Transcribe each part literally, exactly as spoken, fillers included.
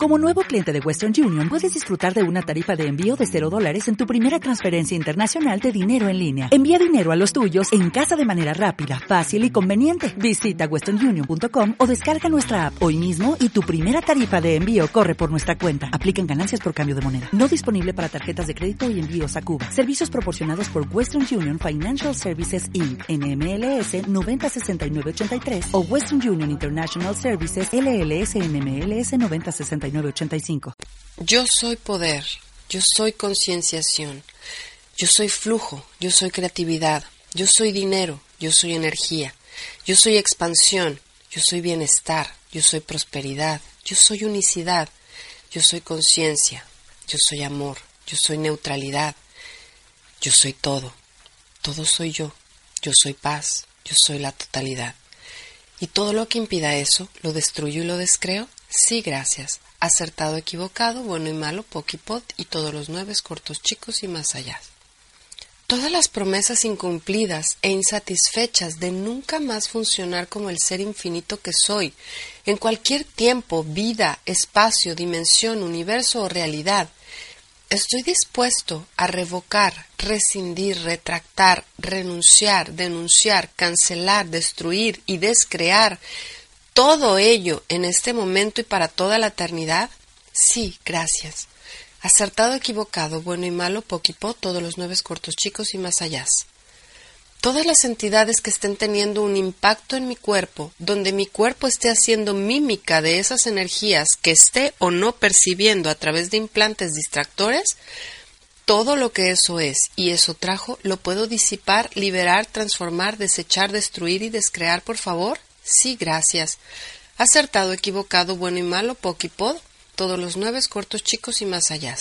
Como nuevo cliente de Western Union, puedes disfrutar de una tarifa de envío de cero dólares en tu primera transferencia internacional de dinero en línea. Envía dinero a los tuyos en casa de manera rápida, fácil y conveniente. Visita western union punto com o descarga nuestra app hoy mismo y tu primera tarifa de envío corre por nuestra cuenta. Aplican ganancias por cambio de moneda. No disponible para tarjetas de crédito y envíos a Cuba. Servicios proporcionados por Western Union Financial Services incorporated. N M L S noventa sesenta y nueve ochenta y tres o Western Union International Services L L S N M L S noventa sesenta y nueve ochenta y cinco. Yo soy poder, yo soy concienciación, yo soy flujo, yo soy creatividad, yo soy dinero, yo soy energía, yo soy expansión, yo soy bienestar, yo soy prosperidad, yo soy unicidad, yo soy conciencia, yo soy amor, yo soy neutralidad, yo soy todo, todo soy yo, yo soy paz, yo soy la totalidad. ¿Y todo lo que impida eso, lo destruyo y lo descreo? Sí, gracias. Acertado, equivocado, bueno y malo, poquipot y todos los nueve cortos chicos y más allá. Todas las promesas incumplidas e insatisfechas de nunca más funcionar como el ser infinito que soy, en cualquier tiempo, vida, espacio, dimensión, universo o realidad, estoy dispuesto a revocar, rescindir, retractar, renunciar, denunciar, cancelar, destruir y descrear todo ello en este momento y para toda la eternidad. Sí, gracias. Acertado, equivocado, bueno y malo, poquipó, todos los nueve cortos chicos y más allá. Todas las entidades que estén teniendo un impacto en mi cuerpo, donde mi cuerpo esté haciendo mímica de esas energías que esté o no percibiendo a través de implantes distractores, todo lo que eso es y eso trajo, ¿lo puedo disipar, liberar, transformar, desechar, destruir y descrear, por favor? Sí, gracias. Acertado, equivocado, bueno y malo, poquipod, todos los nueve cortos chicos y más allá.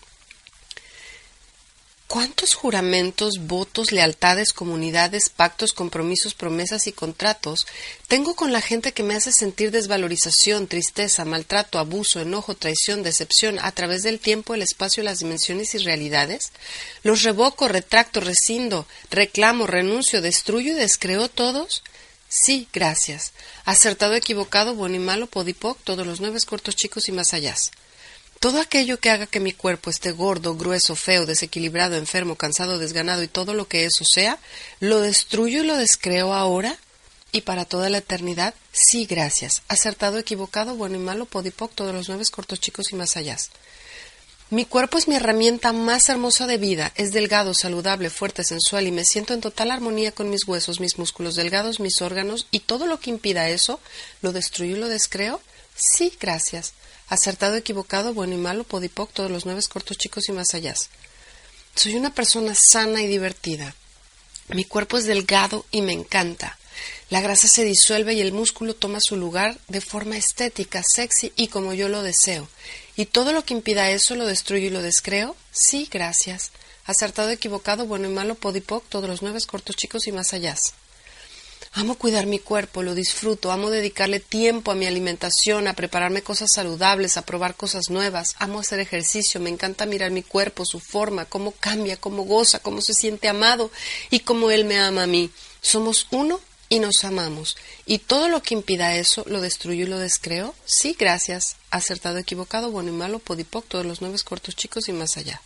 ¿Cuántos juramentos, votos, lealtades, comunidades, pactos, compromisos, promesas y contratos tengo con la gente que me hace sentir desvalorización, tristeza, maltrato, abuso, enojo, traición, decepción a través del tiempo, el espacio, las dimensiones y realidades? ¿Los revoco, retracto, rescindo, reclamo, renuncio, destruyo y descreo todos? Sí, gracias. Acertado, equivocado, bueno y malo, podipoc, todos los nueve cortos chicos y más allá. Todo aquello que haga que mi cuerpo esté gordo, grueso, feo, desequilibrado, enfermo, cansado, desganado y todo lo que eso sea, lo destruyo y lo descreo ahora y para toda la eternidad. Sí, gracias. Acertado, equivocado, bueno y malo, podipoc, todos los nueve cortos chicos y más allá. Mi cuerpo es mi herramienta más hermosa de vida, es delgado, saludable, fuerte, sensual y me siento en total armonía con mis huesos, mis músculos delgados, mis órganos y todo lo que impida eso, ¿lo destruyo y lo descreo? Sí, gracias. Acertado, equivocado, bueno y malo, podipoc, todos los nueve cortos chicos y más allá. Soy una persona sana y divertida. Mi cuerpo es delgado y me encanta. La grasa se disuelve y el músculo toma su lugar de forma estética, sexy y como yo lo deseo. ¿Y todo lo que impida eso lo destruyo y lo descreo? Sí, gracias. Acertado, equivocado, bueno y malo, podipoc, todos los nueve cortos chicos y más allá. Amo cuidar mi cuerpo, lo disfruto, amo dedicarle tiempo a mi alimentación, a prepararme cosas saludables, a probar cosas nuevas, amo hacer ejercicio, me encanta mirar mi cuerpo, su forma, cómo cambia, cómo goza, cómo se siente amado y cómo él me ama a mí. Somos uno y nos amamos. ¿Y todo lo que impida eso, lo destruyo y lo descreo? Sí, gracias. Acertado, equivocado, bueno y malo, podipoc, todos los nueve cortos chicos y más allá.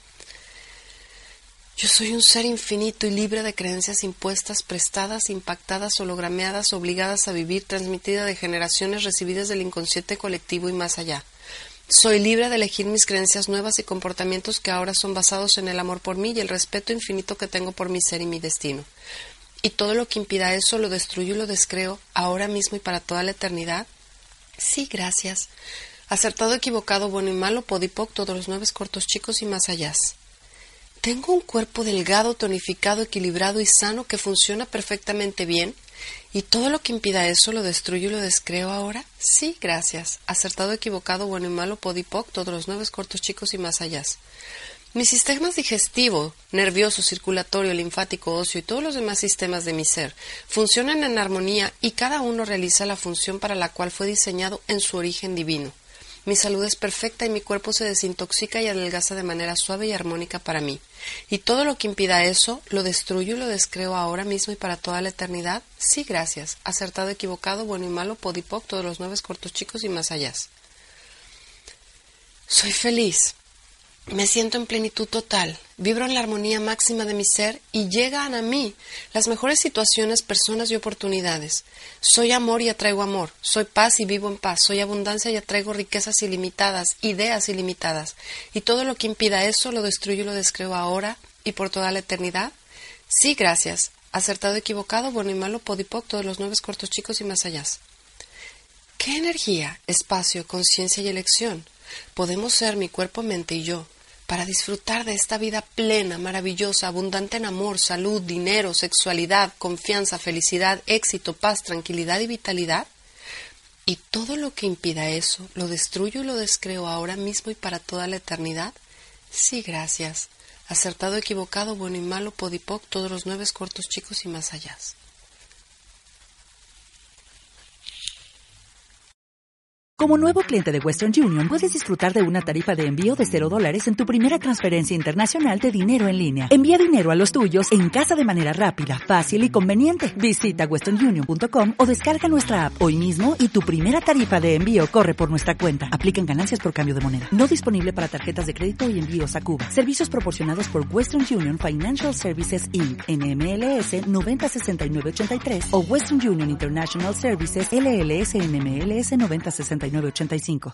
Yo soy un ser infinito y libre de creencias impuestas, prestadas, impactadas, hologrameadas, obligadas a vivir, transmitidas de generaciones, recibidas del inconsciente colectivo y más allá. Soy libre de elegir mis creencias nuevas y comportamientos que ahora son basados en el amor por mí y el respeto infinito que tengo por mi ser y mi destino. ¿Y todo lo que impida eso lo destruyo y lo descreo ahora mismo y para toda la eternidad? Sí, gracias. Acertado, equivocado, bueno y malo, podipoc, todos los nueve cortos chicos y más allá. Tengo un cuerpo delgado, tonificado, equilibrado y sano que funciona perfectamente bien. ¿Y todo lo que impida eso lo destruyo y lo descreo ahora? Sí, gracias. Acertado, equivocado, bueno y malo, podipoc, todos los nueve cortos chicos y más allá. Mi sistema digestivo, nervioso, circulatorio, linfático, óseo y todos los demás sistemas de mi ser funcionan en armonía y cada uno realiza la función para la cual fue diseñado en su origen divino. Mi salud es perfecta y mi cuerpo se desintoxica y adelgaza de manera suave y armónica para mí. ¿Y todo lo que impida eso, lo destruyo y lo descreo ahora mismo y para toda la eternidad? Sí, gracias. Acertado, equivocado, bueno y malo, podipoc, todos los nueve cortos chicos y más allá. Soy feliz. Me siento en plenitud total, vibro en la armonía máxima de mi ser y llegan a mí las mejores situaciones, personas y oportunidades. Soy amor y atraigo amor, soy paz y vivo en paz, soy abundancia y atraigo riquezas ilimitadas, ideas ilimitadas. Y todo lo que impida eso lo destruyo y lo descreo ahora y por toda la eternidad. Sí, gracias. Acertado, equivocado, bueno y malo, podipoc, todos los nueve cortos chicos y más allá. ¿Qué energía, espacio, conciencia y elección podemos ser mi cuerpo, mente y yo para disfrutar de esta vida plena, maravillosa, abundante en amor, salud, dinero, sexualidad, confianza, felicidad, éxito, paz, tranquilidad y vitalidad? Y todo lo que impida eso, lo destruyo y lo descreo ahora mismo y para toda la eternidad. Sí, gracias. Acertado, equivocado, bueno y malo, podipoc, todos los nueve cortos chicos y más allá. Como nuevo cliente de Western Union, puedes disfrutar de una tarifa de envío de cero dólares en tu primera transferencia internacional de dinero en línea. Envía dinero a los tuyos en casa de manera rápida, fácil y conveniente. Visita western union punto com o descarga nuestra app hoy mismo y tu primera tarifa de envío corre por nuestra cuenta. Aplican ganancias por cambio de moneda. No disponible para tarjetas de crédito y envíos a Cuba. Servicios proporcionados por Western Union Financial Services incorporated. N M L S noventa sesenta y nueve ochenta y tres o Western Union International Services L L S N M L S noventa sesenta y nueve ochenta y cinco.